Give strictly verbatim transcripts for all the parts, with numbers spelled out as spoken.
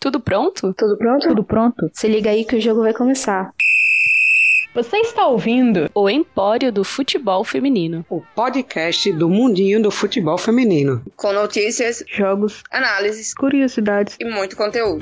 Tudo pronto? Tudo pronto? Tudo pronto? Se liga aí que o jogo vai começar. Você está ouvindo o Empório do Futebol Feminino, o podcast do mundinho do futebol feminino, com notícias, jogos, análises, curiosidades e muito conteúdo.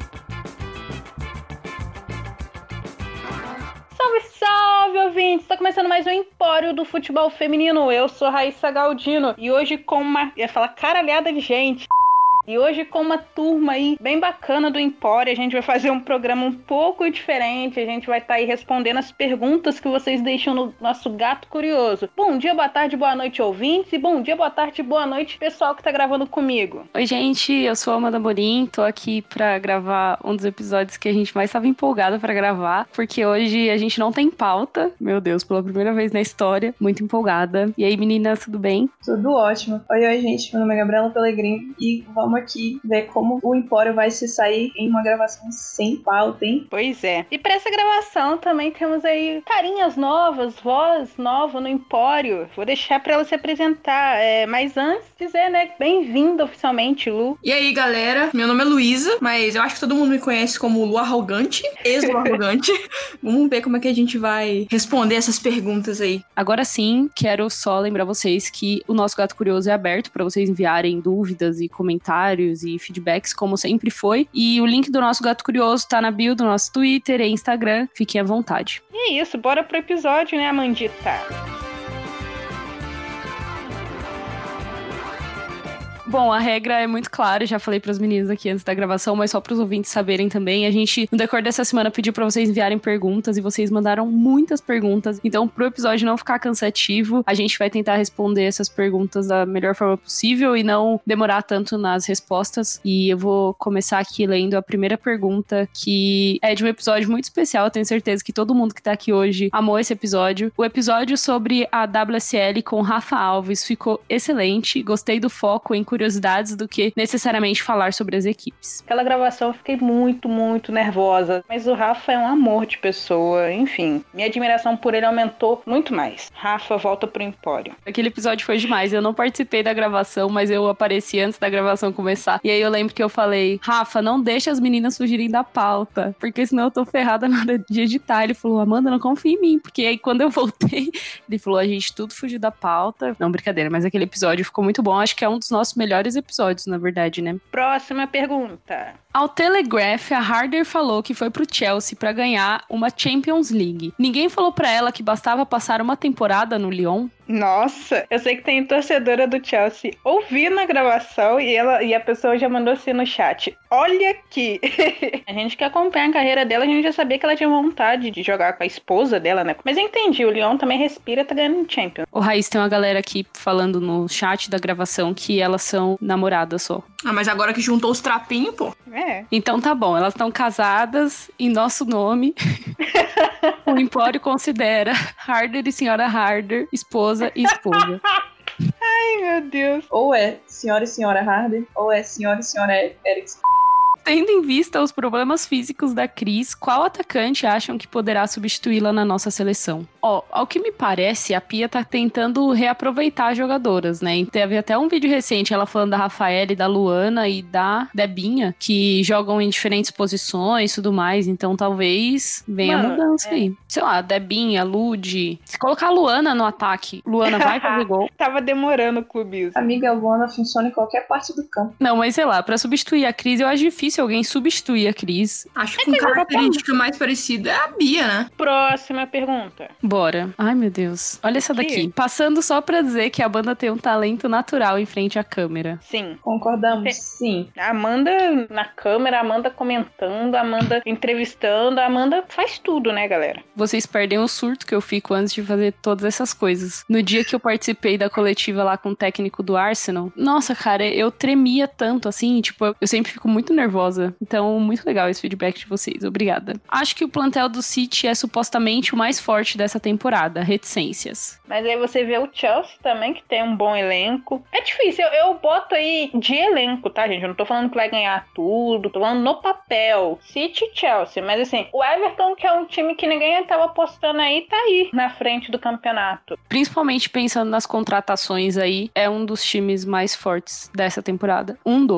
Salve, salve, ouvintes! Está começando mais um Empório do Futebol Feminino. Eu sou Raíssa Galdino e hoje com uma... ia falar caralhada de gente... E hoje com uma turma aí bem bacana do Empório, a gente vai fazer um programa um pouco diferente, a gente vai estar tá aí respondendo as perguntas que vocês deixam no nosso Gato Curioso. Bom dia, boa tarde, boa noite, ouvintes, e bom dia, boa tarde, boa noite, pessoal que tá gravando comigo. Oi, gente, eu sou a Amanda Morim, tô aqui pra gravar um dos episódios que a gente mais estava empolgada pra gravar, porque hoje a gente não tem pauta, meu Deus, pela primeira vez na história, muito empolgada. E aí, meninas, tudo bem? Tudo ótimo. Oi, oi, gente, meu nome é Gabriela Pellegrini e vamos aqui ver como o Empório vai se sair em uma gravação sem pauta, hein? Pois é. E para essa gravação também temos aí carinhas novas, voz nova no Empório. Vou deixar para ela se apresentar. É, mas antes, dizer, né, bem-vinda oficialmente, Lu. E aí, galera? Meu nome é Luísa, mas eu acho que todo mundo me conhece como Lu Arrogante, ex-Lu Arrogante. Vamos ver como é que a gente vai responder essas perguntas aí. Agora sim, quero só lembrar vocês que o nosso Gato Curioso é aberto para vocês enviarem dúvidas e comentários e feedbacks, como sempre foi. E o link do nosso Gato Curioso tá na bio do nosso Twitter e Instagram. Fiquem à vontade. E é isso, bora pro episódio, né, Amandita? Bom, a regra é muito clara, já falei pras meninas aqui antes da gravação, mas só pros ouvintes saberem também. A gente, no decorrer dessa semana, pediu pra vocês enviarem perguntas e vocês mandaram muitas perguntas. Então, pro episódio não ficar cansativo, a gente vai tentar responder essas perguntas da melhor forma possível e não demorar tanto nas respostas. E eu vou começar aqui lendo a primeira pergunta, que é de um episódio muito especial. Eu tenho certeza que todo mundo que tá aqui hoje amou esse episódio. O episódio sobre a W S L com Rafa Alves ficou excelente. Gostei do foco em curiosidades do que necessariamente falar sobre as equipes. Aquela gravação eu fiquei muito, muito nervosa, mas o Rafa é um amor de pessoa, enfim, minha admiração por ele aumentou muito mais. Rafa, volta pro Empório. Aquele episódio foi demais, eu não participei da gravação, mas eu apareci antes da gravação começar, e aí eu lembro que eu falei, Rafa, não deixa as meninas fugirem da pauta, porque senão eu tô ferrada na hora de editar. Ele falou, Amanda, não confia em mim, porque aí quando eu voltei, ele falou, a gente tudo fugiu da pauta. Não, brincadeira, mas aquele episódio ficou muito bom, acho que é um dos nossos melhores episódios, na verdade, né? Próxima pergunta. Ao Telegraph, a Harder falou que foi pro Chelsea pra ganhar uma Champions League. Ninguém falou pra ela que bastava passar uma temporada no Lyon? Nossa, eu sei que tem torcedora do Chelsea ouvindo a gravação e, ela, e a pessoa já mandou assim no chat. Olha aqui! A gente que acompanha a carreira dela, a gente já sabia que ela tinha vontade de jogar com a esposa dela, né? Mas eu entendi, o Lyon também respira, tá ganhando Champions. O Raiz, tem uma galera aqui falando no chat da gravação que elas são namoradas só. Ah, mas agora que juntou os trapinhos, pô. É. Então tá bom, elas estão casadas em nosso nome. O Empório considera Harder e Senhora Harder, esposa e esposa. Ai, meu Deus. Ou é senhora e senhora Harder, ou é senhora e senhora Eriksen. Tendo em vista os problemas físicos da Cris, qual atacante acham que poderá substituí-la na nossa seleção? Ó, ao que me parece, a Pia tá tentando reaproveitar jogadoras, né? E teve até um vídeo recente, ela falando da Rafaela, da Luana e da Debinha, que jogam em diferentes posições e tudo mais, então talvez venha Mano, mudança é. aí. Sei lá, Debinha, Lud. Se colocar a Luana no ataque, Luana vai fazer gol. Tava demorando o clubismo. Amiga, a Luana funciona em qualquer parte do campo. Não, mas sei lá, pra substituir a Cris, eu acho difícil alguém substituir a Cris. Acho que com característica mais parecida é a Bia, né? Próxima pergunta. Bora. Ai, meu Deus. Olha essa daqui. Passando só pra dizer que a banda tem um talento natural em frente à câmera. Sim. Concordamos? Sim. A Amanda na câmera, a Amanda comentando, a Amanda entrevistando, a Amanda faz tudo, né, galera? Vocês perdem o surto que eu fico antes de fazer todas essas coisas. No dia que eu participei da coletiva lá com o técnico do Arsenal, nossa, cara, eu tremia tanto, assim, tipo, eu sempre fico muito nervosa. Então, muito legal esse feedback de vocês. Obrigada. Acho que o plantel do City é supostamente o mais forte dessa temporada. Reticências. Mas aí você vê o Chelsea também, que tem um bom elenco. É difícil. Eu, eu boto aí de elenco, tá, gente? Eu não tô falando que vai ganhar tudo. Tô falando no papel. City e Chelsea. Mas assim, o Everton, que é um time que ninguém tava apostando aí, tá aí na frente do campeonato. Principalmente pensando nas contratações aí, é um dos times mais fortes dessa temporada. Um dos.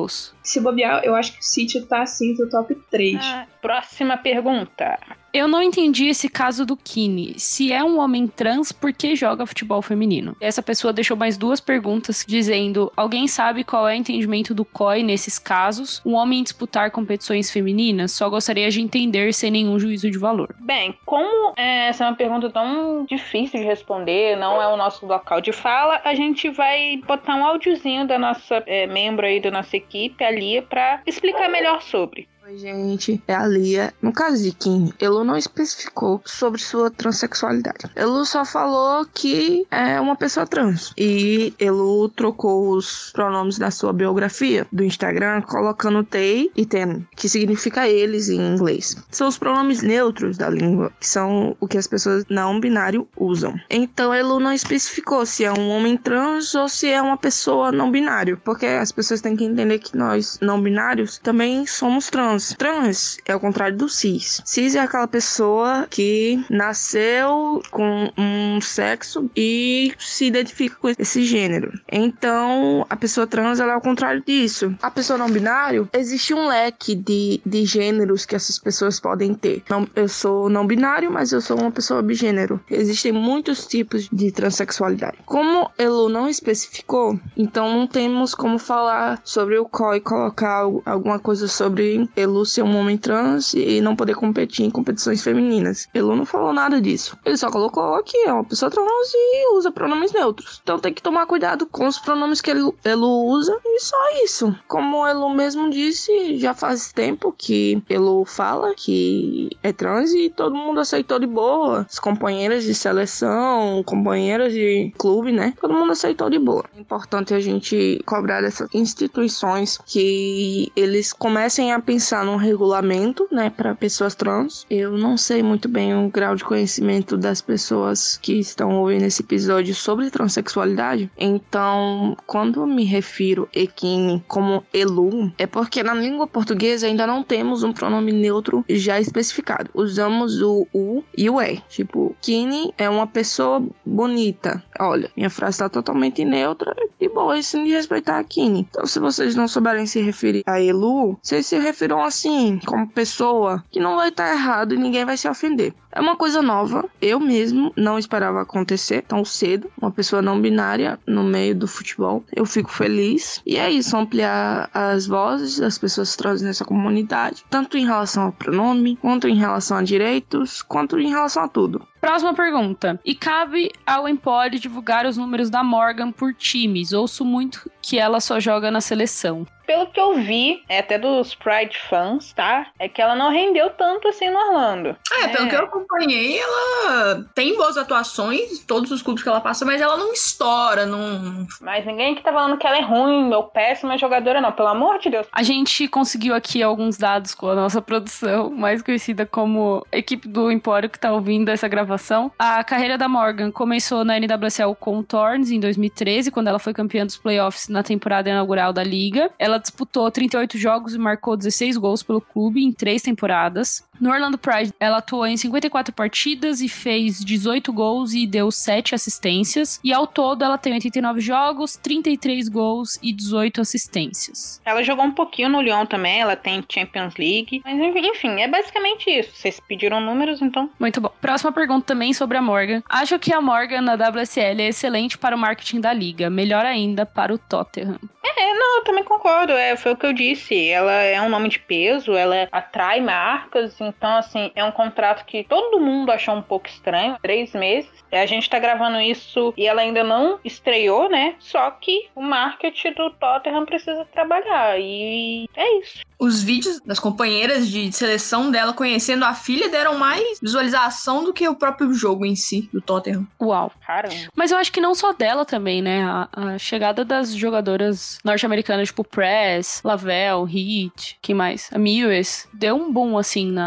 Se bobear, eu acho que o City tá assim do top três. Ah, próxima pergunta. Eu não entendi esse caso do Kini. Se é um homem trans, por que joga futebol feminino? Essa pessoa deixou mais duas perguntas, dizendo: alguém sabe qual é o entendimento do C O I nesses casos? Um homem disputar competições femininas? Só gostaria de entender sem nenhum juízo de valor. Bem, como é, essa é uma pergunta tão difícil de responder, não é o nosso local de fala, a gente vai botar um áudiozinho da nossa é, membro aí da nossa equipe, a Lia, pra explicar melhor sobre. Oi, gente, é a Lia. No caso de Kim, Elu não especificou sobre sua transexualidade. Elu só falou que é uma pessoa trans. E Elu trocou os pronomes da sua biografia do Instagram, colocando they e them, que significa eles em inglês. São os pronomes neutros da língua, que são o que as pessoas não binário usam. Então Elu não especificou se é um homem trans ou se é uma pessoa não binário, porque as pessoas têm que entender que nós não binários também somos trans. Trans é o contrário do cis. Cis é aquela pessoa que nasceu com um sexo e se identifica com esse gênero. Então, a pessoa trans ela é o contrário disso. A pessoa não binário, existe um leque de, de gêneros que essas pessoas podem ter. Não, eu sou não binário, mas eu sou uma pessoa bigênero. Existem muitos tipos de transexualidade. Como Elu não especificou, então não temos como falar sobre o C O I, colocar alguma coisa sobre Elu ser um homem trans e não poder competir em competições femininas. Elu não falou nada disso. Ele só colocou que é uma pessoa trans e usa pronomes neutros. Então tem que tomar cuidado com os pronomes que Elu, Elu usa e só isso. Como Elu mesmo disse, já faz tempo que Elu fala que é trans e todo mundo aceitou de boa. As companheiras de seleção, companheiras de clube, né? Todo mundo aceitou de boa. É importante a gente cobrar dessas instituições que eles comecem a pensar num regulamento, né, para pessoas trans. Eu não sei muito bem o grau de conhecimento das pessoas que estão ouvindo esse episódio sobre transexualidade. Então, quando me refiro Ekini como Elu, é porque na língua portuguesa ainda não temos um pronome neutro já especificado. Usamos o U e o E. Tipo, Kini é uma pessoa bonita. Olha, minha frase tá totalmente neutra e boa, sem respeitar a Kini. Então, se vocês não souberem se referir a Elu, vocês se refiram assim, como pessoa, que não vai estar errado e ninguém vai se ofender. É uma coisa nova, eu mesmo não esperava acontecer tão cedo, uma pessoa não binária no meio do futebol. Eu fico feliz e é isso, ampliar as vozes das pessoas trans nessa comunidade, tanto em relação ao pronome, quanto em relação a direitos, quanto em relação a tudo. Próxima pergunta. E cabe ao Empório divulgar os números da Morgan por times? Ouço muito que ela só joga na seleção. Pelo que eu vi, é até dos Pride fans, tá? É que ela não rendeu tanto assim no Orlando. É, é. pelo que eu acompanhei, ela tem boas atuações, todos os clubes que ela passa, mas ela não estoura, não... Mas ninguém que tá falando que ela é ruim ou péssima jogadora, não. Pelo amor de Deus. A gente conseguiu aqui alguns dados com a nossa produção, mais conhecida como equipe do Empório que tá ouvindo essa gravação. A carreira da Morgan começou na N W S L com o Thorns em dois mil e treze, quando ela foi campeã dos playoffs na temporada inaugural da liga. Ela disputou trinta e oito jogos e marcou dezesseis gols pelo clube em três temporadas. No Orlando Pride, ela atuou em cinquenta e quatro partidas e fez dezoito gols e deu sete assistências. E ao todo, ela tem oitenta e nove jogos, trinta e três gols e dezoito assistências. Ela jogou um pouquinho no Lyon também, ela tem Champions League. Mas enfim, é basicamente isso. Vocês pediram números, então... Muito bom. Próxima pergunta também sobre a Morgan. Acho que a Morgan na W S L é excelente para o marketing da liga. Melhor ainda para o Tottenham. É, não, eu também concordo. É, foi o que eu disse. Ela é um nome de peso, ela atrai marcas. Então, assim, é um contrato que todo mundo achou um pouco estranho. Três meses. A gente tá gravando isso e ela ainda não estreou, né? Só que o marketing do Tottenham precisa trabalhar. E é isso. Os vídeos das companheiras de seleção dela conhecendo a filha deram mais visualização do que o próprio jogo em si, do Tottenham. Uau. Caramba. Mas eu acho que não só dela também, né? A, a chegada das jogadoras norte-americanas, tipo Press, Lavelle, Heat, quem mais? A Mewes, deu um boom, assim, na,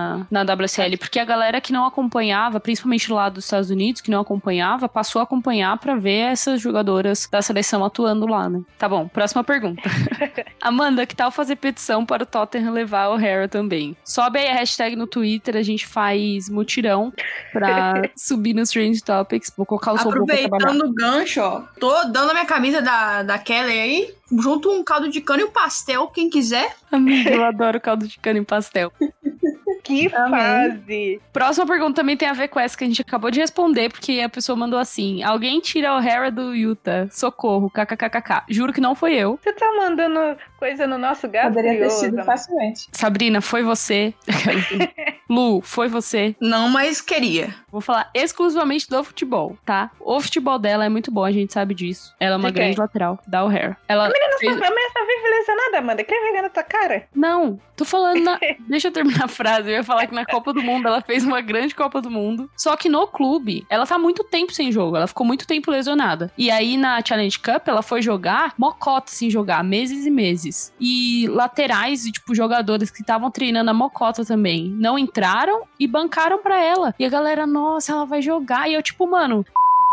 na, na W S L, porque a galera que não acompanhava, principalmente lá dos Estados Unidos, que não acompanhava, passou a acompanhar pra ver essas jogadoras da seleção atuando lá, né? Tá bom, próxima pergunta. Amanda, que tal fazer petição para o Tottenham levar o O'Hara também? Sobe aí a hashtag no Twitter, a gente faz mutirão pra subir nos Trend Topics. Vou colocar o seu pra trabalhar. Aproveitando o gancho, ó, tô dando a minha camisa da, da Kelly aí, junto um caldo de cana e um pastel, quem quiser. Amigo, eu adoro caldo de cana e pastel. Que fase! Próxima pergunta também tem a ver com essa que a gente acabou de responder, porque a pessoa mandou assim: alguém tira o O'Hara do Utah, socorro, kkkk. Juro que não foi eu. Você tá mandando coisa no nosso gato? Poderia ter curioso, sido né? facilmente. Sabrina, foi você. Lu, foi você. Não, mas queria. Vou falar exclusivamente do futebol, tá? O futebol dela é muito bom, a gente sabe disso. Ela é uma De quem? grande lateral, da O'Hara. Ela A menina fez... só, a menina só vive lesionada, Amanda. Quer vergonha na tua cara? Não, tô falando na... Deixa eu terminar a frase. Eu ia falar que na Copa do Mundo ela fez uma grande Copa do Mundo. Só que no clube, ela tá muito tempo sem jogo. Ela ficou muito tempo lesionada. E aí na Challenge Cup, ela foi jogar mocota sem jogar, meses e meses. E laterais e, tipo, jogadores que estavam treinando a mocota também, não entraram e bancaram pra ela. E a galera, nossa, ela vai jogar. E eu, tipo, mano...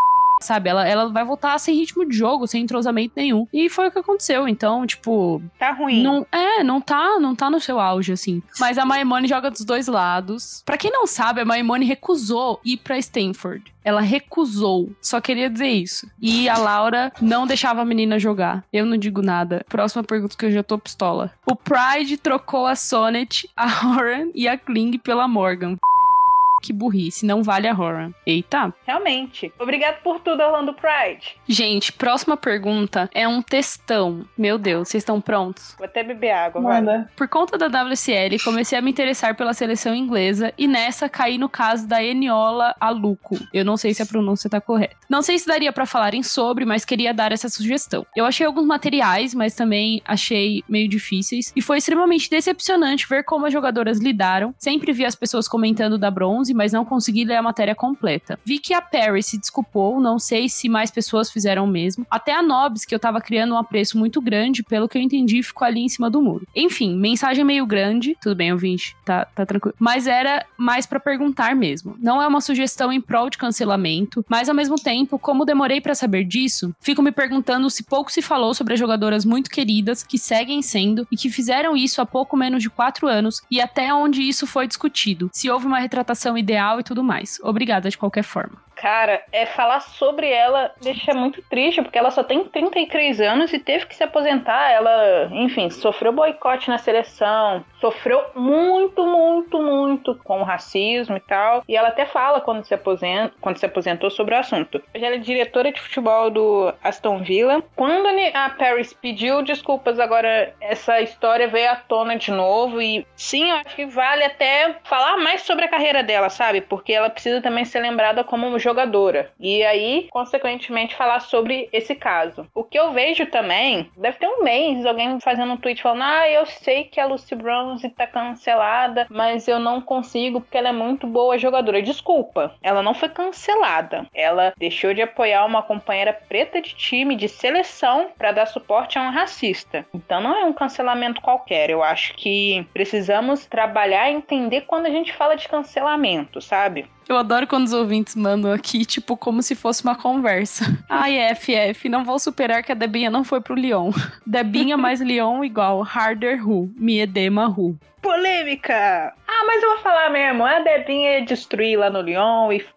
Sabe, ela, ela vai voltar sem ritmo de jogo, sem entrosamento nenhum. E foi o que aconteceu. Então, tipo... Tá ruim. Não, é, não tá, não tá no seu auge, assim. Mas a Maimone joga dos dois lados. Pra quem não sabe, a Maimone recusou ir pra Stanford. Ela recusou. Só queria dizer isso. E a Laura não deixava a menina jogar. Eu não digo nada. Próxima pergunta que eu já tô pistola. O Pride trocou a Sonnet, a Horan e a Kling pela Morgan. Que burrice, não vale a Horan. Eita. Realmente. Obrigado por tudo, Orlando Pride. Gente, próxima pergunta é um textão. Meu Deus, vocês estão prontos? Vou até beber água, vai. Manda. Por conta da W S L, comecei a me interessar pela seleção inglesa e nessa caí no caso da Eniola Aluko. Eu não sei se a pronúncia tá correta. Não sei se daria pra falarem sobre, mas queria dar essa sugestão. Eu achei alguns materiais, mas também achei meio difíceis e foi extremamente decepcionante ver como as jogadoras lidaram. Sempre vi as pessoas comentando da bronze, mas não consegui ler a matéria completa. Vi que a Perry se desculpou, não sei se mais pessoas fizeram o mesmo. Até a Nobs, que eu tava criando um apreço muito grande, pelo que eu entendi, ficou ali em cima do muro. Enfim, mensagem meio grande. Tudo bem, ouvinte, tá, tá tranquilo. Mas era mais pra perguntar mesmo. Não é uma sugestão em prol de cancelamento, mas ao mesmo tempo, como demorei pra saber disso, fico me perguntando se pouco se falou sobre as jogadoras muito queridas, que seguem sendo, e que fizeram isso há pouco menos de quatro anos, e até onde isso foi discutido. Se houve uma retratação ideal e tudo mais. Obrigada de qualquer forma. Cara, é falar sobre ela deixa muito triste, porque ela só tem trinta e três anos e teve que se aposentar. Ela, enfim, sofreu boicote na seleção, sofreu muito, muito, muito com o racismo e tal. E ela até fala quando se, aposenta, quando se aposentou sobre o assunto. Hoje ela é diretora de futebol do Aston Villa. Quando a Paris pediu desculpas, agora essa história veio à tona de novo. E sim, eu acho que vale até falar mais sobre a carreira dela, sabe? Porque ela precisa também ser lembrada como uma jogadora. E aí, consequentemente, falar sobre esse caso. O que eu vejo também, deve ter um mês, alguém fazendo um tweet falando: ah, eu sei que a Lucy Bronze tá cancelada, mas eu não consigo porque ela é muito boa jogadora. Desculpa, ela não foi cancelada. Ela deixou de apoiar uma companheira preta de time, de seleção, pra dar suporte a um racista. Então não é um cancelamento qualquer. Eu acho que precisamos trabalhar e entender quando a gente fala de cancelamento, sabe? Eu adoro quando os ouvintes mandam aqui, tipo, como se fosse uma conversa. Ai, F F, não vou superar que a Debinha não foi pro Lyon. Debinha mais Lyon igual Harder Who, Miedema Who. Polêmica! Ah, mas eu vou falar mesmo, a Debinha ia destruir lá no Lyon e f...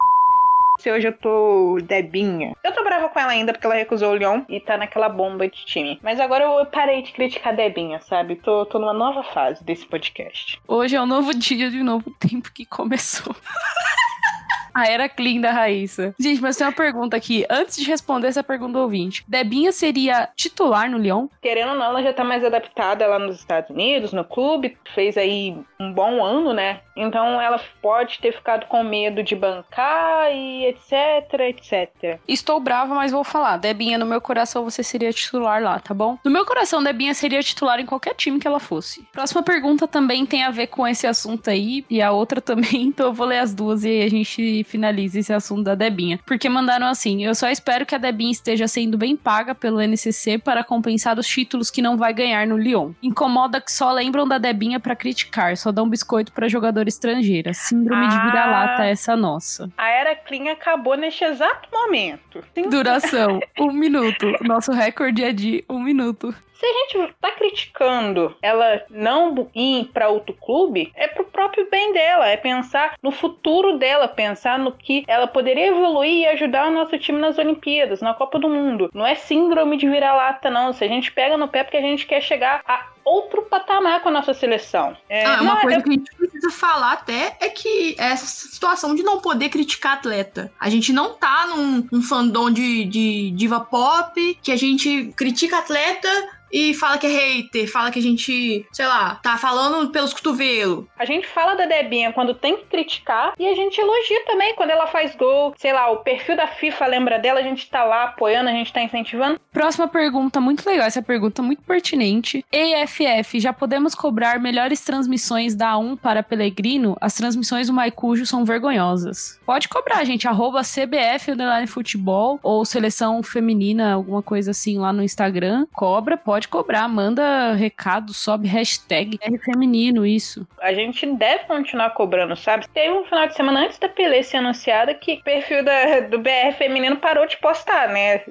se hoje eu tô Debinha. Eu tô brava com ela ainda porque ela recusou o Lyon e tá naquela bomba de time. Mas agora eu parei de criticar a Debinha, sabe? Tô, tô numa nova fase desse podcast. Hoje é um novo dia de um novo tempo que começou. A era clean da Raíssa. Gente, mas tem uma pergunta aqui. Antes de responder essa pergunta do ouvinte, Debinha seria titular no Lyon? Querendo ou não, ela já tá mais adaptada lá nos Estados Unidos, no clube. Fez aí um bom ano, né? Então ela pode ter ficado com medo de bancar e etc, etcétera. Estou brava, mas vou falar. Debinha, no meu coração você seria titular lá, tá bom? No meu coração, Debinha seria titular em qualquer time que ela fosse. Próxima pergunta também tem a ver com esse assunto aí. E a outra também. Então eu vou ler as duas e aí a gente finaliza esse assunto da Debinha. Porque mandaram assim: eu só espero que a Debinha esteja sendo bem paga pelo N C C para compensar os títulos que não vai ganhar no Lyon. Incomoda que só lembram da Debinha pra criticar, só dão biscoito pra jogadores estrangeira. Síndrome ah, de vira-lata essa nossa. A era clean acabou neste exato momento. Sim. Duração, um minuto. Nosso recorde é de um minuto. Se a gente tá criticando ela não ir pra outro clube, é pro próprio bem dela, é pensar no futuro dela, pensar no que ela poderia evoluir e ajudar o nosso time nas Olimpíadas, na Copa do Mundo. Não é síndrome de vira-lata, não. Se a gente pega no pé porque a gente quer chegar a outro patamar com a nossa seleção. É, ah, uma coisa é... que a gente precisa falar até é que essa situação de não poder criticar atleta. A gente não tá num, num fandom de, de diva pop, que a gente critica atleta e fala que é hater, fala que a gente, sei lá, tá falando pelos cotovelos. A gente fala da Debinha quando tem que criticar e a gente elogia também quando ela faz gol. Sei lá, o perfil da FIFA lembra dela, a gente tá lá apoiando, a gente tá incentivando. Próxima pergunta, muito legal, essa pergunta muito pertinente. E F F, já podemos cobrar melhores transmissões da A um para Pellegrino? As transmissões do Maicujo são vergonhosas. Pode cobrar, gente, arroba C B F underline futebol ou seleção feminina, alguma coisa assim lá no Instagram. Cobra, pode Pode cobrar, manda recado, sobe hashtag R feminino, isso. A gente deve continuar cobrando, sabe? Teve um final de semana antes da Pelé ser anunciada que o perfil da, do B R feminino parou de postar, né?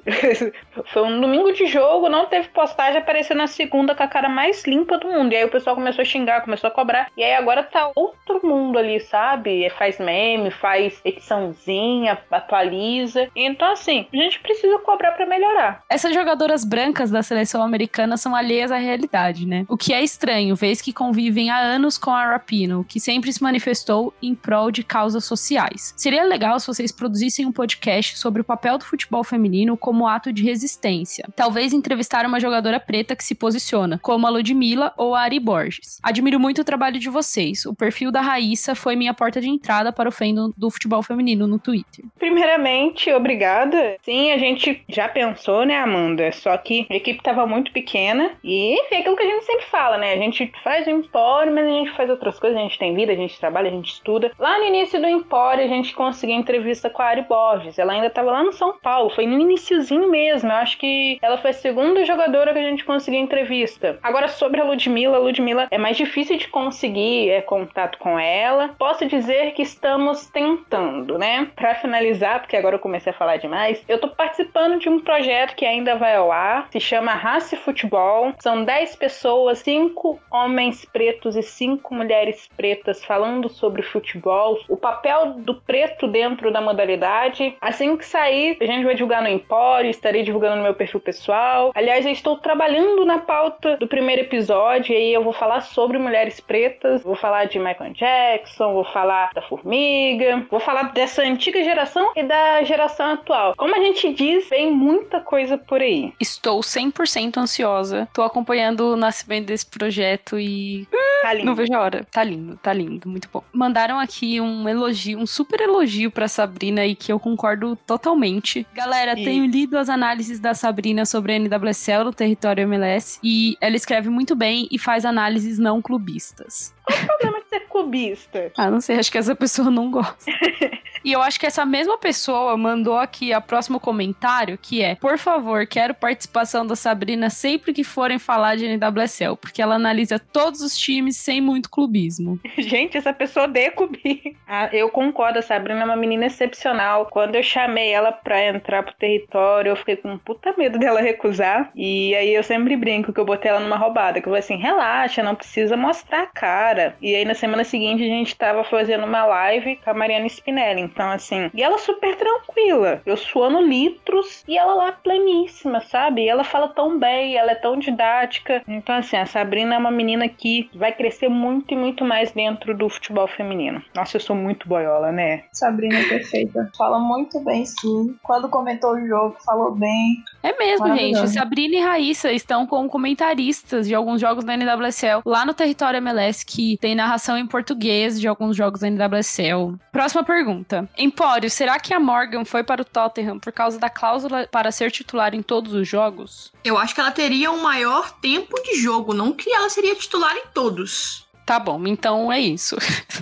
Foi um domingo de jogo, não teve postagem, apareceu na segunda com a cara mais limpa do mundo. E aí o pessoal começou a xingar, começou a cobrar. E aí agora tá outro mundo ali, sabe? Faz meme, faz ediçãozinha, atualiza. Então assim, a gente precisa cobrar pra melhorar. Essas jogadoras brancas da seleção americana são alheias à realidade, né? O que é estranho, vez que convivem há anos com a Rapinoe, que sempre se manifestou em prol de causas sociais. Seria legal se vocês produzissem um podcast sobre o papel do futebol feminino como ato de resistência. Talvez entrevistar uma jogadora preta que se posiciona, como a Ludmilla ou a Ari Borges. Admiro muito o trabalho de vocês. O perfil da Raíssa foi minha porta de entrada para o fandom do futebol feminino no Twitter. Primeiramente, obrigada. Sim, a gente já pensou, né, Amanda? Só que a equipe estava muito pequena e, enfim, é aquilo que a gente sempre fala, né? A gente faz o Empório, mas a gente faz outras coisas, a gente tem vida, a gente trabalha, a gente estuda. Lá no início do Empório, a gente conseguiu entrevista com a Ari Borges. Ela ainda estava lá no São Paulo, foi no iniciozinho mesmo. Eu acho que ela foi a segunda jogadora que a gente conseguiu entrevista. Agora, sobre a Ludmilla, a Ludmilla é mais difícil de conseguir é, contato com ela. Posso dizer que estamos tentando, né? Pra finalizar, porque agora eu comecei a falar demais, eu tô participando de um projeto que ainda vai ao ar, se chama Raça e Futebol. São dez pessoas, cinco homens pretos e cinco mulheres pretas falando sobre futebol, o papel do preto dentro da modalidade. Assim que sair, a gente vai divulgar no Empório, estarei divulgando no meu perfil pessoal. Aliás, eu estou trabalhando na pauta do primeiro episódio, e aí eu vou falar sobre mulheres pretas, vou falar de Michael Jackson, vou falar da Formiga, vou falar dessa antiga geração e da geração atual. Como a gente diz, vem muita coisa por aí. Estou cem por cento ansiosa. Tô acompanhando o nascimento desse projeto e... Tá lindo. Não vejo a hora. Tá lindo, tá lindo, muito bom. Mandaram aqui um elogio, um super elogio pra Sabrina e que eu concordo totalmente. Galera, e... tenho lido as análises da Sabrina sobre a N W S L no território M L S e ela escreve muito bem e faz análises não clubistas. Qual o problema de ser clubista? Ah, não sei, acho que essa pessoa não gosta. E eu acho que essa mesma pessoa mandou aqui a próximo comentário, que é: por favor, quero participação da Sabrina sempre que forem falar de N W S L, porque ela analisa todos os times sem muito clubismo. Gente, essa pessoa odeia clubismo. Ah, eu concordo, a Sabrina é uma menina excepcional. Quando eu chamei ela pra entrar pro território, eu fiquei com um puta medo dela recusar. E aí eu sempre brinco que eu botei ela numa roubada, que eu falei assim: relaxa, não precisa mostrar a cara. E aí na semana seguinte a gente tava fazendo uma live com a Mariana Spinelli. Então assim, e ela super tranquila, eu suando litros e ela lá pleníssima, sabe? E ela fala tão bem, ela é tão didática. Então assim, a Sabrina é uma menina que vai crescer muito e muito mais dentro do futebol feminino. Nossa, eu sou muito boiola, né? Sabrina é perfeita, fala muito bem sim. Quando comentou o jogo, falou bem. É mesmo, gente. Sabrina e Raíssa estão como comentaristas de alguns jogos da N W S L lá no território M L S, que tem narração em português de alguns jogos da N W S L. Próxima pergunta. Empório, será que a Morgan foi para o Tottenham por causa da cláusula para ser titular em todos os jogos? Eu acho que ela teria um maior tempo de jogo, não que ela seria titular em todos. Tá bom, então é isso.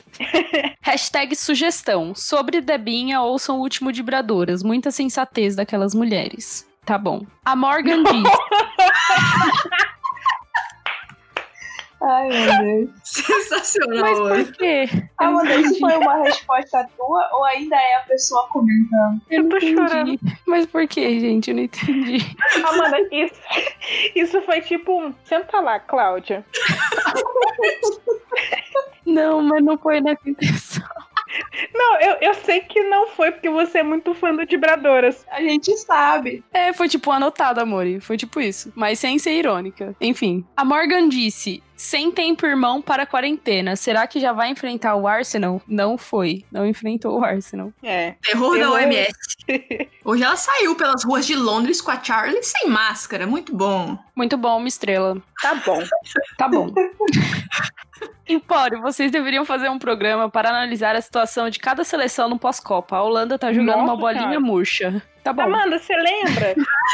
Hashtag sugestão. Sobre Debinha, ouçam o último de Bradoras. Muita sensatez daquelas mulheres. Tá bom. A Morgan diz... Ai, meu Deus. Sensacional. Mas mano. por quê? Amanda, isso foi uma resposta tua ou ainda é a pessoa comentando? Eu tô chorando. Entendi. Mas por quê, gente? Eu não entendi. Amanda, isso, isso foi tipo um... Senta lá, Cláudia. Não, mas não foi nessa intenção. Não, eu, eu sei que não foi porque você é muito fã do Vibradoras. A gente sabe. É, foi tipo anotado, amor. Foi tipo isso. Mas sem ser irônica. Enfim. A Morgan disse... Sem tempo, irmão, para a quarentena. Será que já vai enfrentar o Arsenal? Não foi. Não enfrentou o Arsenal. É. Terror da Terror. O M S. Hoje ela saiu pelas ruas de Londres com a Charlie sem máscara. Muito bom. Muito bom, uma estrela. Tá bom. Tá bom. Empório, vocês deveriam fazer um programa para analisar a situação de cada seleção no pós-Copa. A Holanda tá jogando Nossa, uma bolinha cara. murcha. Tá bom. Amanda, você lembra?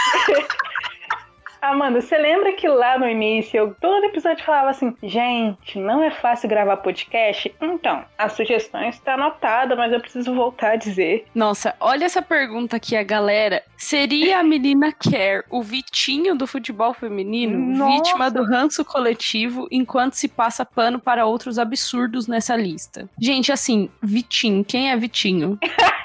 Amanda, você lembra que lá no início, eu, todo episódio falava assim, gente, não é fácil gravar podcast? Então, a sugestão está anotada, mas eu preciso voltar a dizer. Nossa, olha essa pergunta aqui, a galera. Seria a menina Kerr o Vitinho do futebol feminino? Nossa. Vítima do ranço coletivo, enquanto se passa pano para outros absurdos nessa lista. Gente, assim, Vitinho, quem é Vitinho?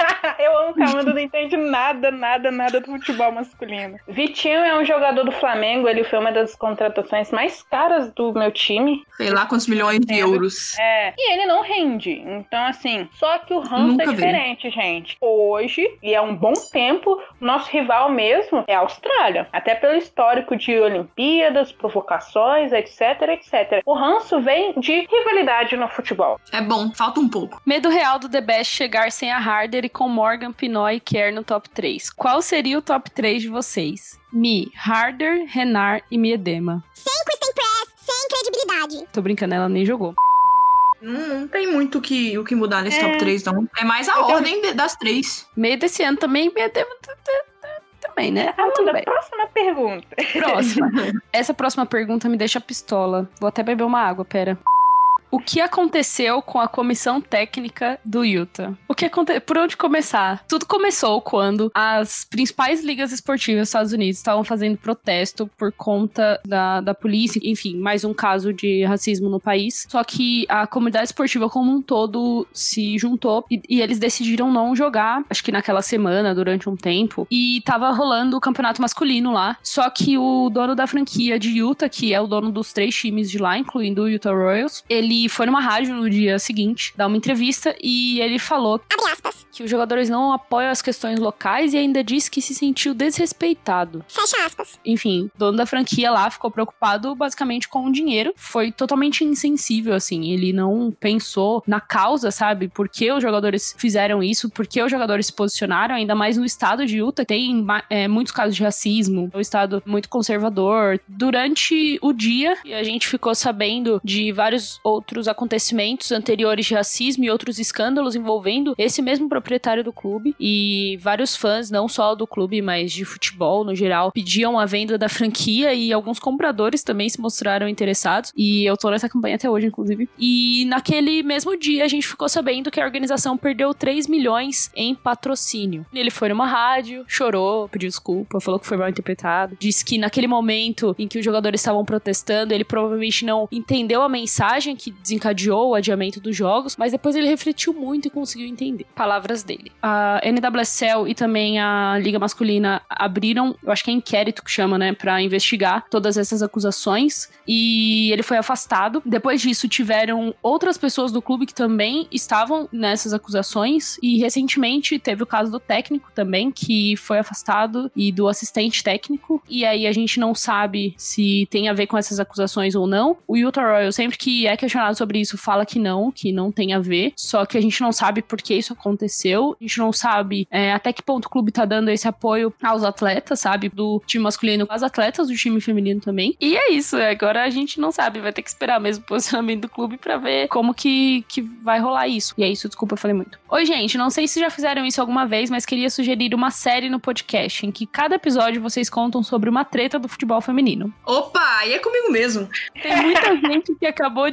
Eu amo que a Amanda não entende nada, nada, nada do futebol masculino. Vitinho é um jogador do Flamengo, ele foi uma das contratações mais caras do meu time. Sei lá quantos milhões de euros. É, e ele não rende. Então, assim, só que o ranço Nunca é diferente, gente. Hoje, e é um bom tempo, o nosso rival mesmo é a Austrália. Até pelo histórico de Olimpíadas, provocações, etc, etcétera. O ranço vem de rivalidade no futebol. É bom, falta um pouco. Medo real do The Best chegar sem a Harder e com Morgan, Pinot e Kerr no top três. Qual seria o top três de vocês? Mi, Harder, Renard e Miedema. Sem Kristen Press, sem credibilidade. Tô brincando, ela nem jogou. Não, não tem muito o que, o que mudar nesse É. top três, não. É mais a Então- ordem de- das três. Meio desse ano também, Miedema t- t- t- também, né? Ah, tudo Amanda, bem. próxima pergunta. Próxima. Essa próxima pergunta me deixa pistola. Vou até beber uma água, pera. O que aconteceu com a comissão técnica do Utah? O que aconte... Por onde começar? Tudo começou quando as principais ligas esportivas dos Estados Unidos estavam fazendo protesto por conta da, da polícia, enfim, mais um caso de racismo no país. Só que a comunidade esportiva como um todo se juntou e, e eles decidiram não jogar, acho que naquela semana, durante um tempo, e tava rolando o campeonato masculino lá. Só que o dono da franquia de Utah, que é o dono dos três times de lá, incluindo o Utah Royals, ele foi numa rádio no dia seguinte dar uma entrevista e ele falou Abre aspas. que os jogadores não apoiam as questões locais e ainda disse que se sentiu desrespeitado. Fecha aspas. Enfim, o dono da franquia lá ficou preocupado basicamente com o dinheiro. Foi totalmente insensível, assim. Ele não pensou na causa, sabe? Por que os jogadores fizeram isso? Por que os jogadores se posicionaram? Ainda mais no estado de Utah. Tem é, muitos casos de racismo. É um estado muito conservador. Durante o dia, a gente ficou sabendo de vários outros acontecimentos anteriores de racismo e outros escândalos envolvendo esse mesmo proprietário do clube. E vários fãs, não só do clube, mas de futebol no geral, pediam a venda da franquia e alguns compradores também se mostraram interessados. E eu tô nessa campanha até hoje, inclusive. E naquele mesmo dia a gente ficou sabendo que a organização perdeu três milhões em patrocínio. Ele foi numa rádio, chorou, pediu desculpa, falou que foi mal interpretado. Disse que naquele momento em que os jogadores estavam protestando, ele provavelmente não entendeu a mensagem que desencadeou o adiamento dos jogos, mas depois ele refletiu muito e conseguiu entender. Palavras dele. A N W S L e também a Liga Masculina abriram, eu acho que é inquérito que chama, né, pra investigar todas essas acusações e ele foi afastado. Depois disso tiveram outras pessoas do clube que também estavam nessas acusações e recentemente teve o caso do técnico também, que foi afastado, e do assistente técnico, e aí a gente não sabe se tem a ver com essas acusações ou não. O Utah Royals, sempre que é questionado sobre isso, fala que não, que não tem a ver, só que a gente não sabe por que isso aconteceu, a gente não sabe é, até que ponto o clube tá dando esse apoio aos atletas, sabe, do time masculino, às atletas do time feminino também, e é isso, agora a gente não sabe, vai ter que esperar mesmo o posicionamento do clube pra ver como que, que vai rolar isso, e é isso, desculpa, eu falei muito. Oi, gente, não sei se já fizeram isso alguma vez, mas queria sugerir uma série no podcast, em que cada episódio vocês contam sobre uma treta do futebol feminino. Opa, aí é comigo mesmo. Tem muita gente que acabou de chegar no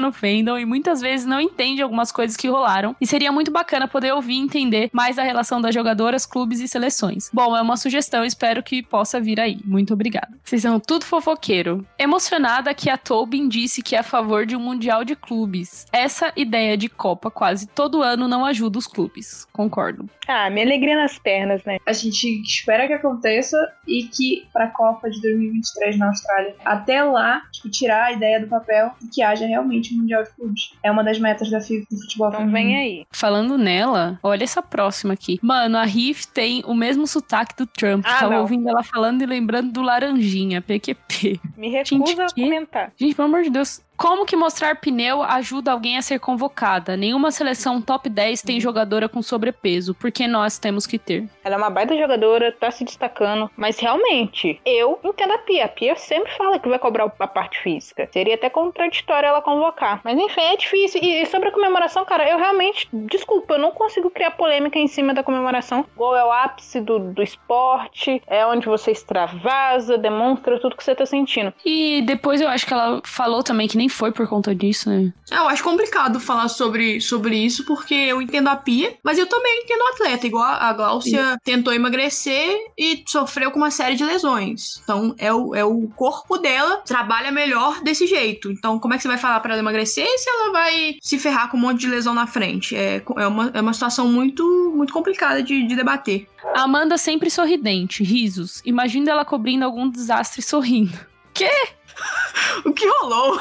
no fandom e muitas vezes não entende algumas coisas que rolaram. E seria muito bacana poder ouvir e entender mais a relação das jogadoras, clubes e seleções. Bom, é uma sugestão, espero que possa vir aí. Muito obrigada. Vocês são tudo fofoqueiro. Emocionada que a Tobin disse que é a favor de um mundial de clubes. Essa ideia de Copa quase todo ano não ajuda os clubes. Concordo. Ah, minha alegria nas pernas, né? A gente espera que aconteça e que pra Copa de dois mil e vinte e três na Austrália, até lá, tipo, tirar a ideia do papel e que haja realmente um mundial de clubes. É uma das metas da FIFA do futebol. Então vem aí. Falando nela, olha essa próxima aqui. Mano, a Riff tem o mesmo sotaque do Trump. Ah, Tava não. ouvindo ela falando e lembrando do Laranjinha, P Q P. Me recusa Gente, a que? comentar. Gente, pelo amor de Deus. Como que mostrar pneu ajuda alguém a ser convocada? Nenhuma seleção top dez tem jogadora com sobrepeso. Por que nós temos que ter? Ela é uma baita jogadora, tá se destacando. Mas realmente, eu entendo a Pia. A Pia sempre fala que vai cobrar a parte física. Seria até contraditório ela convocar. Mas enfim, é difícil. E sobre a comemoração, cara, eu realmente... Desculpa, eu não consigo criar polêmica em cima da comemoração. Gol é o ápice do, do esporte. É onde você extravasa, demonstra tudo que você tá sentindo. E depois eu acho que ela falou também que nem foi por conta disso, né? Eu acho complicado falar sobre, sobre isso, porque eu entendo a Pia, mas eu também entendo o atleta. Igual a Gláucia Sim. tentou emagrecer e sofreu com uma série de lesões. Então, é o, é o corpo dela trabalha melhor desse jeito. Então, como é que você vai falar pra ela emagrecer se ela vai se ferrar com um monte de lesão na frente? É, é, uma, é uma situação muito, muito complicada de, de debater. A Amanda sempre sorridente, risos. Imagina ela cobrindo algum desastre sorrindo. Quê? O que rolou?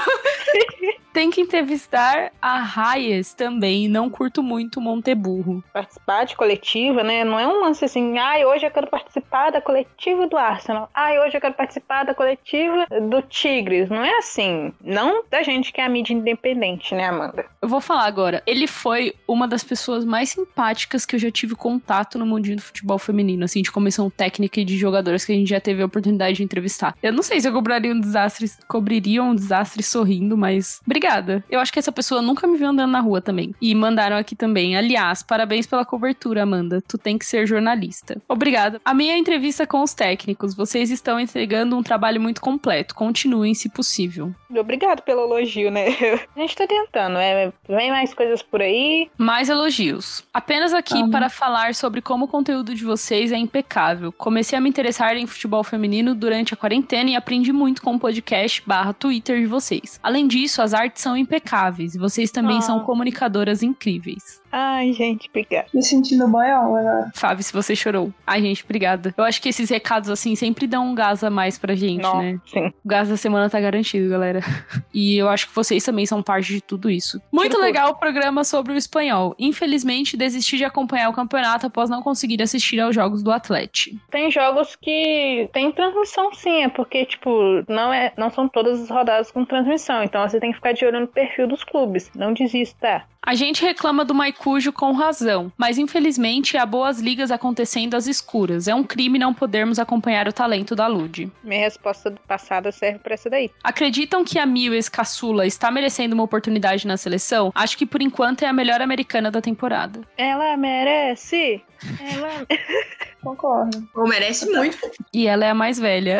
Tem que entrevistar a Hayes também. Não curto muito Monteburro. Participar de coletiva, né? Não é um lance assim, ai, ah, hoje eu quero participar da coletiva do Arsenal. Ai, ah, hoje eu quero participar da coletiva do Tigres. Não é assim. Não da gente que é a mídia independente, né, Amanda? Eu vou falar agora. Ele foi uma das pessoas mais simpáticas que eu já tive contato no mundinho do futebol feminino, assim, de comissão técnica e de jogadoras que a gente já teve a oportunidade de entrevistar. Eu não sei se eu cobraria um desastre, cobriria um desastre sorrindo, mas... Obrigada. Eu acho que essa pessoa nunca me viu andando na rua também. E mandaram aqui também. Aliás, parabéns pela cobertura, Amanda. Tu tem que ser jornalista. Obrigada. A minha entrevista com os técnicos. Vocês estão entregando um trabalho muito completo. Continuem, se possível. Obrigado pelo elogio, né? A gente tá tentando. É, vem mais coisas por aí. Mais elogios. Apenas aqui uhum. para falar sobre como o conteúdo de vocês é impecável. Comecei a me interessar em futebol feminino durante a quarentena e aprendi muito com o podcast barra Twitter de vocês. Além disso, as artes são impecáveis e vocês também ah. são comunicadoras incríveis. Ai, gente, obrigada. Me sentindo boiola agora. Fábio, se você chorou. Ai, gente, obrigada. Eu acho que esses recados, assim, sempre dão um gás a mais pra gente, Não, né? Sim. O gás da semana tá garantido, galera. E eu acho que vocês também são parte de tudo isso. Muito Tiro legal tudo. O programa sobre o espanhol. Infelizmente, desisti de acompanhar o campeonato após não conseguir assistir aos jogos do Atlético. Tem jogos que tem transmissão, sim. É porque, tipo, não, é, não são todas as rodadas com transmissão. Então, você tem que ficar de olho no perfil dos clubes. Não desista. A gente reclama do Maicujo com razão, mas infelizmente há boas ligas acontecendo às escuras. É um crime não podermos acompanhar o talento da Lud. Minha resposta passada serve pra essa daí. Acreditam que a Mills Caçula está merecendo uma oportunidade na seleção? Acho que por enquanto é a melhor americana da temporada. Ela merece! Ela... Concordo. Ou merece muito. E ela é a mais velha.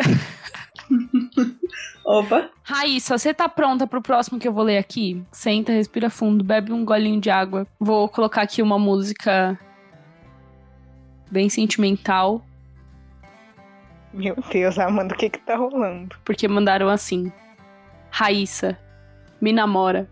Opa. Raíssa, você tá pronta pro próximo que eu vou ler aqui? Senta, respira fundo, bebe um golinho de água. Vou colocar aqui uma música bem sentimental. Meu Deus, Amanda, o que que tá rolando? Porque mandaram assim. Raíssa, me namora.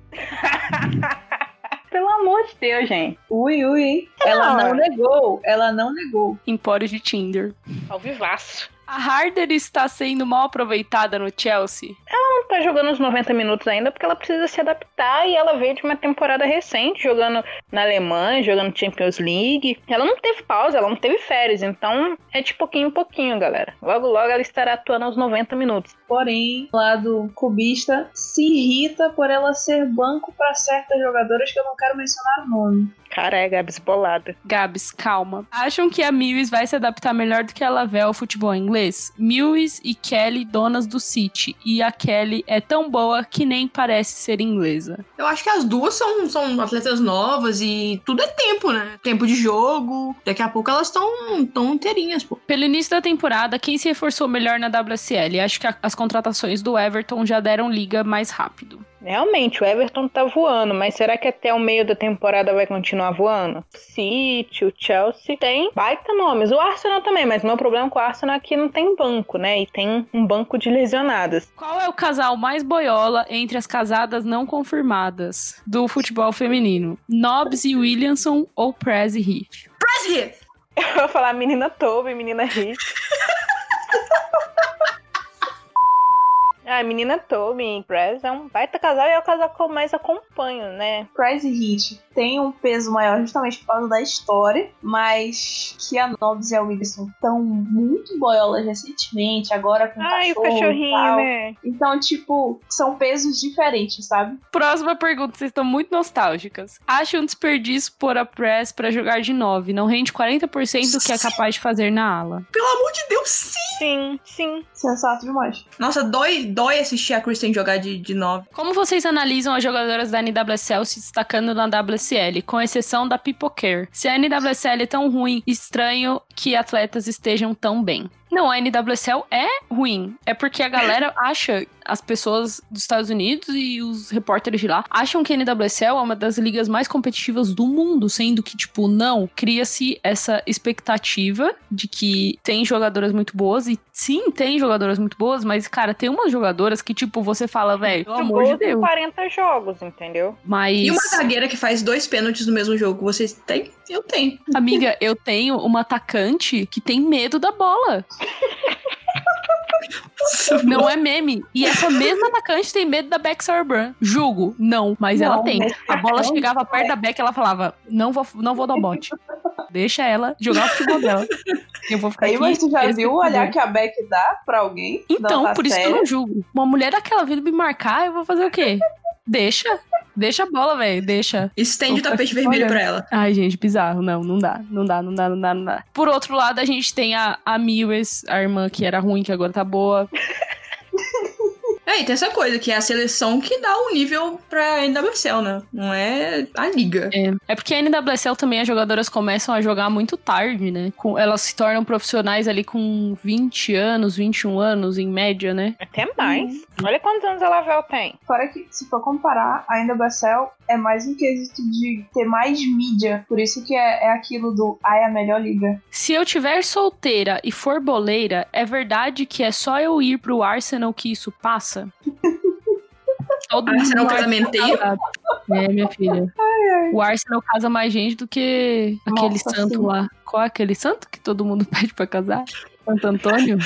Pelo amor de Deus, gente. Ui, ui, hein? Ela não negou, ela não negou. Empório de Tinder. Ao vivaço. A Harder está sendo mal aproveitada no Chelsea? Ela não tá jogando os noventa minutos ainda porque ela precisa se adaptar e ela veio de uma temporada recente jogando na Alemanha, jogando Champions League. Ela não teve pausa, ela não teve férias, então é de pouquinho em pouquinho, galera. Logo, logo ela estará atuando aos noventa minutos. Porém, o lado cubista se irrita por ela ser banco para certas jogadoras que eu não quero mencionar o nome. Cara, é Gabs bolada. Gabs, calma. Acham que a Mills vai se adaptar melhor do que a Lavelle ao futebol inglês? Mills e Kelly, donas do City. E a Kelly é tão boa que nem parece ser inglesa. Eu acho que as duas são, são atletas novas e tudo é tempo, né? Tempo de jogo. Daqui a pouco elas estão tão inteirinhas, pô. Pelo início da temporada, quem se reforçou melhor na W S L? Acho que a, as contratações do Everton já deram liga mais rápido. Realmente, o Everton tá voando, mas será que até o meio da temporada vai continuar voando? O City, o Chelsea, tem baita nomes. O Arsenal também, mas o meu problema com o Arsenal é que não tem banco, né? E tem um banco de lesionadas. Qual é o casal mais boiola entre as casadas não confirmadas do futebol feminino? Nobbs e Williamson ou Prez e Heath? Press Heath! Eu vou falar menina Toby, menina Heath. Ah, menina Toby e Prez é um baita casal e é o casal que eu mais acompanho, né? Prez e Heath tem um peso maior justamente por causa da história, mas que a Nobbs e a Wilson estão muito boiolas recentemente, agora com o Ai, cachorro o cachorrinho, e tal. né? Então, tipo, são pesos diferentes, sabe? Próxima pergunta, vocês estão muito nostálgicas. Acha um desperdício pôr a Prez pra jogar de nove? Não rende quarenta por cento do que é capaz de fazer na ala. Pelo amor de Deus, sim! Sim, sim. Sensato demais. Nossa, dói, dói assistir a Kristen jogar de, de nove. Como vocês analisam as jogadoras da N W S L se destacando na W S L, com exceção da Pipoquer? Se a N W S L é tão ruim, estranho que atletas estejam tão bem. Não, a N W S L é ruim. É porque a galera acha, as pessoas dos Estados Unidos e os repórteres de lá, acham que a N W S L é uma das ligas mais competitivas do mundo, sendo que, tipo, não. Cria-se essa expectativa de que tem jogadoras muito boas, e sim, tem jogadoras muito boas, mas, cara, tem umas jogadoras que, tipo, você fala, velho, pelo amor de Deus. quarenta jogos, entendeu? Mas... E uma zagueira que faz dois pênaltis no mesmo jogo, vocês têm? Eu tenho. Amiga, eu tenho uma atacante que tem medo da bola. Não é meme. E essa mesma atacante tem medo da Beck Sauerbrunn. Julgo, não, mas não, ela tem. A bola chegava perto da Beck, ela falava, não vou, não vou dar bote. Deixa ela jogar o futebol dela. Eu vou ficar Aí, aqui. mas tu já viu o olhar que a Beck dá pra alguém? Então, Não, tá por isso sério? que eu não julgo. Uma mulher daquela vindo me marcar, eu vou fazer o quê? Deixa. Deixa a bola, velho. Deixa. Estende o tapete vermelho pra ela. Ai, gente, bizarro. Não, não dá. Não dá, não dá, não dá, não dá. Por outro lado, a gente tem a, a Milwes, a irmã que era ruim, que agora tá boa. É, e tem essa coisa, que é a seleção que dá o nível pra N W S L, né? Não é a liga. É, é porque a N W S L também as jogadoras começam a jogar muito tarde, né? Com, elas se tornam profissionais ali com vinte anos, vinte e um anos, em média, né? Até mais. Hum. Olha quantos anos a Lavelle tem. Fora que, se for comparar, a N W S L é mais um quesito de ter mais mídia. Por isso que é, é aquilo do, ai, a melhor liga. Se eu tiver solteira e for boleira, é verdade que é só eu ir pro Arsenal que isso passa? Todo Arsenal casamenteiro? É, minha filha. Ai, ai. O Arsenal casa mais gente do que aquele Nossa, santo sim. lá. Qual é aquele santo que todo mundo pede pra casar? Santo Antônio?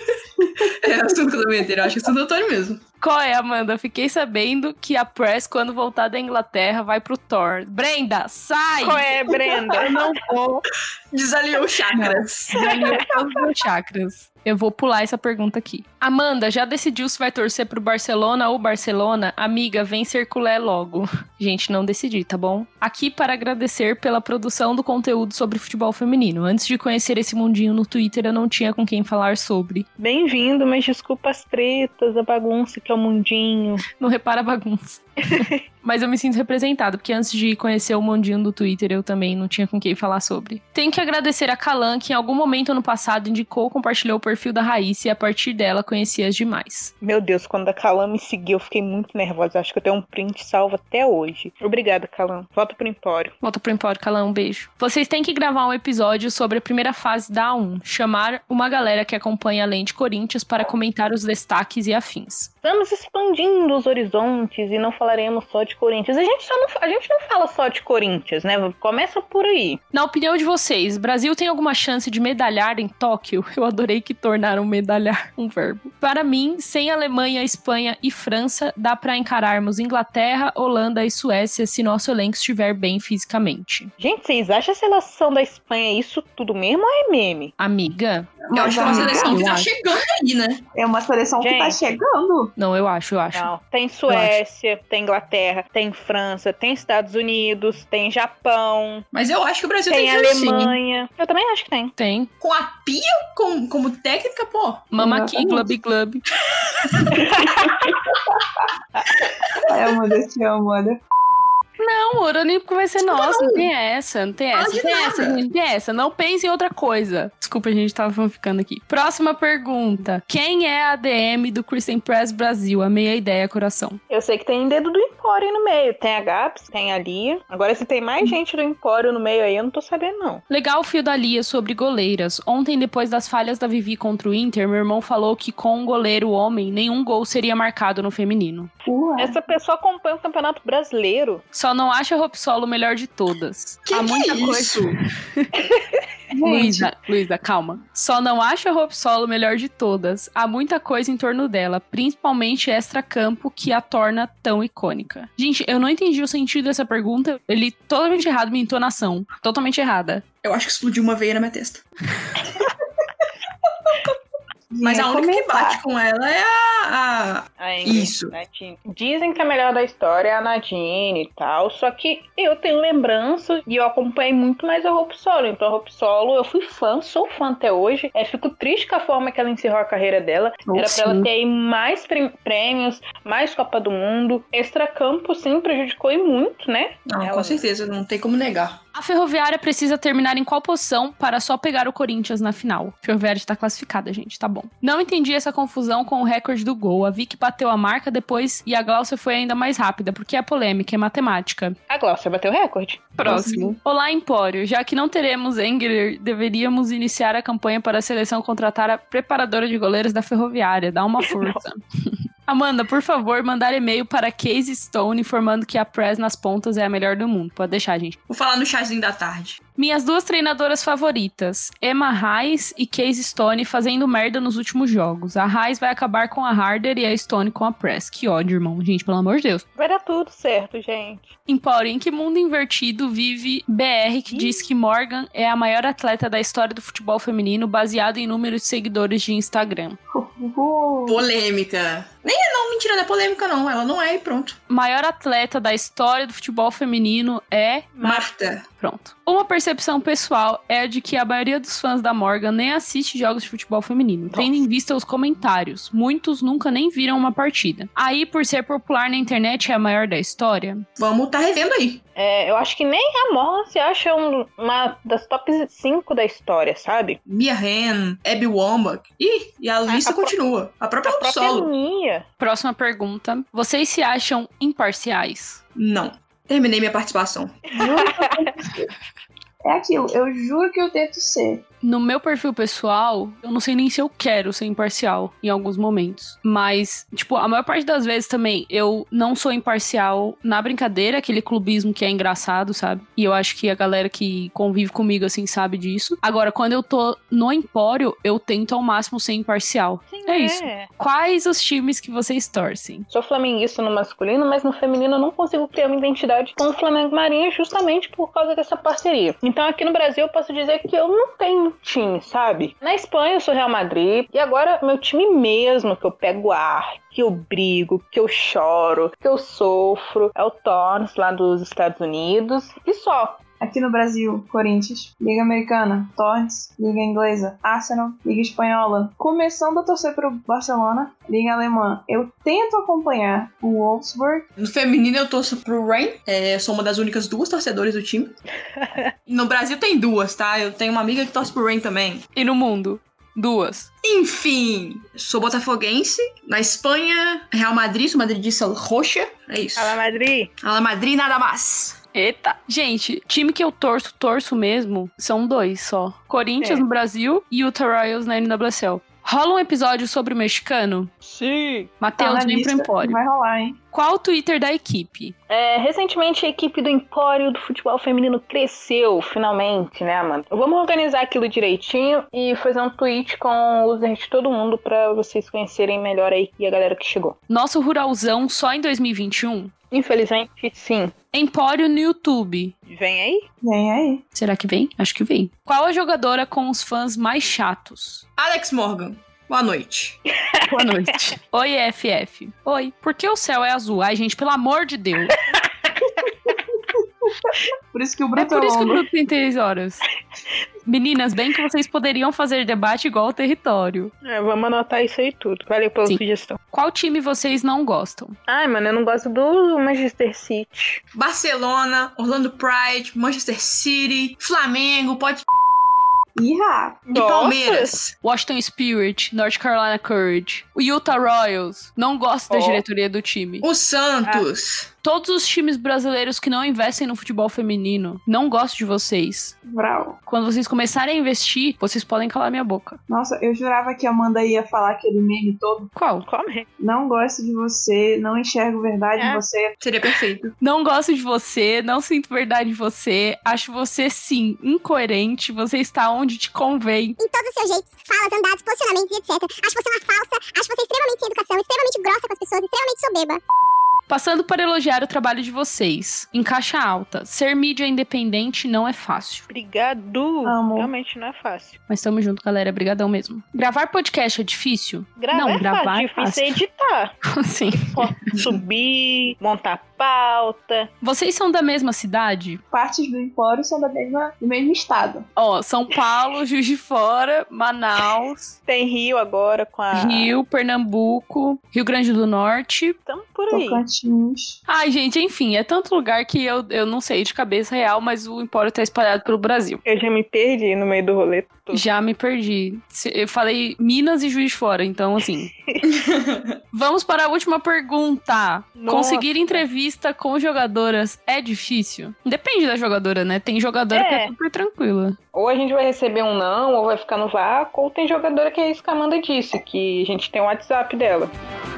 É, o santo casamenteiro. Eu acho que é Santo Antônio mesmo. Qual é, Amanda? Fiquei sabendo que a Press, quando voltar da Inglaterra, vai pro Thor. Brenda, sai! Qual é, Brenda? Eu não vou. Desaliou chakras. Desaliou todos os meus chakras. Eu vou pular essa pergunta aqui. Amanda, já decidiu se vai torcer pro Barcelona ou Barcelona? Amiga, vem ser culé logo. Gente, não decidi, tá bom? Aqui para agradecer pela produção do conteúdo sobre futebol feminino. Antes de conhecer esse mundinho no Twitter, eu não tinha com quem falar sobre. Bem-vindo, mas desculpa as tretas, a bagunça que é o mundinho. Não repara a bagunça. Mas eu me sinto representada, porque antes de conhecer o mundinho do Twitter, eu também não tinha com quem falar sobre. Tenho que agradecer a Kalan, que em algum momento no passado indicou ou compartilhou o perfil da Raíssa, e a partir dela conheci as demais. Meu Deus, quando a Kalan me seguiu, eu fiquei muito nervosa. Acho que eu tenho um print salvo até hoje. Obrigada, Kalan. Volta pro Empório. Volta pro Empório, Kalan. Um beijo. Vocês têm que gravar um episódio sobre a primeira fase da A um. Chamar uma galera que acompanha além de Corinthians para comentar os destaques e afins. Estamos expandindo os horizontes e não falaremos só de Corinthians. A gente, só não, a gente não fala só de Corinthians, né? Começa por aí. Na opinião de vocês, Brasil tem alguma chance de medalhar em Tóquio? Eu adorei que tornaram medalhar um verbo. Para mim, sem Alemanha, Espanha e França, dá para encararmos Inglaterra, Holanda e Suécia se nosso elenco estiver bem fisicamente. Gente, vocês acham a seleção da Espanha isso tudo mesmo ou é meme? Amiga... Eu acho que é uma seleção que tá chegando aí, né? É uma seleção Gente, que tá chegando. Não, eu acho, eu acho. Não, tem Suécia, tem Inglaterra, tem França, tem Estados Unidos, tem Japão. Mas eu acho que o Brasil tem tem Alemanha. Sim. Eu também acho que tem. Tem. Com a Pia como, como técnica, pô. Mama aqui, Club Club. É, Amanda, te amo, Amanda. Não, o Ouro Olímpico vai ser nosso. Não tem essa, não tem Fala essa. de Não tem nada. essa, gente, não tem essa. Não pense em outra coisa. Desculpa, a gente tava ficando aqui. Próxima pergunta. Quem é a A D M do Christian Press Brasil? Amei a ideia, coração. Eu sei que tem dedo do Empório aí no meio. Tem a Gaps, tem a Lia. Agora, se tem mais gente do Empório no meio aí, eu não tô sabendo, não. Legal o fio da Lia sobre goleiras. Ontem, depois das falhas da Vivi contra o Inter, meu irmão falou que com um goleiro homem, nenhum gol seria marcado no feminino. Ué. Essa pessoa acompanha o Campeonato Brasileiro. Só não acha a Ropsolo o melhor de todas. Que Há que muita é coisa. isso? Luísa, Luísa, calma. Só não acho a Ropsolo o melhor de todas. Há muita coisa em torno dela, principalmente extra-campo, que a torna tão icônica. Gente, eu não entendi o sentido dessa pergunta. Eu li totalmente errado minha entonação. Totalmente errada. Eu acho que explodiu uma veia na minha testa. Mas Ia a única que comentar. bate com ela é a... a... A Ingrid, Isso. Nadine. Dizem que a melhor da história é a Nadine e tal, só que eu tenho lembrança e eu acompanhei muito mais a Hope Solo. Então a Hope Solo, eu fui fã, sou fã até hoje. É, fico triste com a forma que ela encerrou a carreira dela. Oh, Era sim. pra ela ter aí mais prê- prêmios, mais Copa do Mundo. Extracampo, sim, prejudicou e muito, né? Não, Ela- com certeza, não tem como negar. A Ferroviária precisa terminar em qual posição para só pegar o Corinthians na final? A Ferroviária está classificada, gente, tá bom. Não entendi essa confusão com o recorde do gol. A Vicky bateu a marca depois e a Glaucia foi ainda mais rápida, porque é polêmica, é matemática. A Glaucia bateu o recorde. Próximo. Olá, Empório. Já que não teremos Engler, deveríamos iniciar a campanha para a seleção contratar a preparadora de goleiros da Ferroviária. Dá uma força. Amanda, por favor, mandar e-mail para Casey Stone informando que a Press nas pontas é a melhor do mundo. Pode deixar, gente. Vou falar no chazinho da tarde. Minhas duas treinadoras favoritas, Emma Hayes e Casey Stone, fazendo merda nos últimos jogos. A Hayes vai acabar com a Harder e a Stone com a Press. Que ódio, irmão. Gente, pelo amor de Deus. Vai dar tudo certo, gente. Empório, em que mundo invertido vive B R que diz que Morgan é a maior atleta da história do futebol feminino, baseado em números de seguidores de Instagram? Uh, Polêmica. Nem é não, mentira, não é polêmica não. Ela não é e pronto. Maior atleta da história do futebol feminino é... Marta. Pronto. Uma percepção pessoal é a de que a maioria dos fãs da Morgan nem assiste jogos de futebol feminino, Nossa. tendo em vista os comentários. Muitos nunca nem viram uma partida. Aí, por ser popular na internet, é a maior da história? Vamos tá revendo aí. É, eu acho que nem a Morgan se acha um- uma das top cinco da história, sabe? Mia Hamm, Abby Wambach. Ih, e a lista a pró- continua. A própria A Hope própria Solo. Mia. Próxima pergunta. Vocês se acham imparciais? Não. Terminei minha participação. juro que eu tento ser. É aquilo, eu juro que eu tento ser. No meu perfil pessoal, eu não sei nem se eu quero ser imparcial em alguns momentos. Mas, tipo, a maior parte das vezes também, eu não sou imparcial na brincadeira, aquele clubismo que é engraçado, sabe? E eu acho que a galera que convive comigo, assim, sabe disso. Agora, quando eu tô no Empório, eu tento ao máximo ser imparcial. Sim, É isso. Quais os times que vocês torcem? Sou flamenguista no masculino, mas no feminino eu não consigo criar uma identidade com o Flamengo Marinha justamente por causa dessa parceria. Então aqui no Brasil eu posso dizer que eu não tenho time, sabe? Na Espanha eu sou Real Madrid e agora meu time mesmo, que eu pego ar, que eu brigo, que eu choro, que eu sofro, é o Torns lá dos Estados Unidos e só. Aqui no Brasil, Corinthians, Liga Americana, Torrents, Liga Inglesa, Arsenal, Liga Espanhola. Começando a torcer pro Barcelona, Liga Alemã. Eu tento acompanhar o Wolfsburg. No feminino eu torço pro Rain. É, sou uma das únicas duas torcedoras do time. No Brasil tem duas, tá? Eu tenho uma amiga que torce pro Rain também. E no mundo? Duas. Enfim, sou botafoguense. Na Espanha, Real Madrid, sou madridista roxa. É isso. Fala Madrid! Fala Madrid, nada mais. Eita. Gente, time que eu torço, torço mesmo, são dois só. Corinthians É. no Brasil e Utah Royals na N W S L. Rola um episódio sobre o mexicano? Sim! Matheus, Tá na vem pro lista, Empório. vai rolar, hein? Qual o Twitter da equipe? É, recentemente a equipe do Empório do futebol feminino cresceu, finalmente, né, Amanda? Vamos organizar aquilo direitinho e fazer um tweet com o user de todo mundo pra vocês conhecerem melhor aí e a galera que chegou. Nosso Ruralzão só em dois mil e vinte e um? Infelizmente, sim. Empório no YouTube. Vem aí? Vem aí. Será que vem? Acho que vem. Qual a jogadora com os fãs mais chatos? Alex Morgan, boa noite. Boa noite. Oi, F F. Oi. Por que o céu é azul? Ai, gente, pelo amor de Deus. Por isso que o É Bruto é por isso que o longo. grupo tem três horas. Meninas, bem que vocês poderiam fazer debate igual ao Território. É, vamos anotar isso aí tudo. Valeu pela Sim. sugestão. Qual time vocês não gostam? Ai, mano, eu não gosto do Manchester City. Barcelona, Orlando Pride, Manchester City, Flamengo, pode... Ih, E Palmeiras. Washington Spirit, North Carolina Courage, o Utah Royals. Não gosto da Oh. diretoria do time. O Santos. Todos os times brasileiros que não investem no futebol feminino, não gosto de vocês. Brau. Quando vocês começarem a investir, vocês podem calar minha boca. Nossa, eu jurava que a Amanda ia falar aquele meme todo. Qual? Come. Não gosto de você, não enxergo verdade É. em você. Seria perfeito. Não gosto de você, não sinto verdade em você, acho você, sim, incoerente, você está onde te convém. Em todos os seus jeitos, falas, andados, posicionamentos, etcétera. Acho você uma falsa, acho você extremamente sem educação, extremamente grossa com as pessoas, extremamente soberba. Passando para elogiar o trabalho de vocês. Em caixa alta, ser mídia independente não é fácil. Obrigado. Amo. Realmente não é fácil. Mas tamo junto, galera, brigadão mesmo. Gravar podcast é difícil? Gravar Não, é gravar fácil, é difícil fácil. é editar. Sim. Subir, montar pauta. Vocês são da mesma cidade? Partes do Empório são da mesma, do mesmo estado. Ó, São Paulo, Juiz de Fora, Manaus, Tem Rio agora com a... Rio, Pernambuco, Rio Grande do Norte. Tamo por aí. Tocantins. Ai, gente, enfim, é tanto lugar que eu, eu não sei de cabeça real, mas o Empório tá espalhado pelo Brasil. Eu já me perdi no meio do rolê todo. Já me perdi. Se- Eu falei Minas e Juiz de Fora, então assim. Vamos para a última pergunta. Nossa. Conseguir entrevista com jogadoras é difícil? Depende da jogadora, né? Tem jogadora que é É. super tranquila. Ou a gente vai receber um não, ou vai ficar no vácuo, ou tem jogadora que é isso que a Amanda disse, que a gente tem o WhatsApp dela.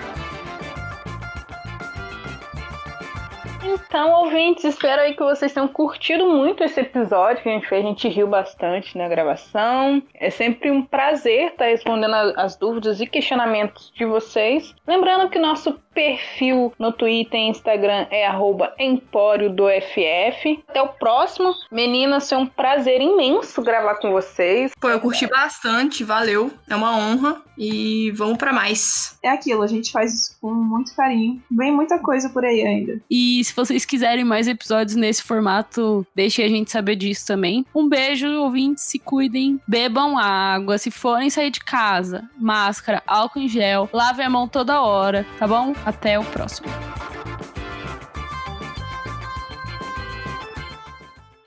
Então, ouvintes, espero aí que vocês tenham curtido muito esse episódio que a gente fez. A gente riu bastante na gravação. É sempre um prazer estar respondendo a- as dúvidas e questionamentos de vocês. Lembrando que nosso perfil no Twitter e Instagram é arroba Empório do F F. Até o próximo. Meninas, foi um prazer imenso gravar com vocês. Pô, eu curti bastante, valeu. É uma honra. E vamos pra mais. É aquilo, a gente faz isso com muito carinho. Vem muita coisa por aí ainda. E se vocês quiserem mais episódios nesse formato, deixem a gente saber disso também. Um beijo, ouvintes, se cuidem, bebam água, se forem sair de casa, máscara, álcool em gel, lavem a mão toda hora, tá bom? Até o próximo.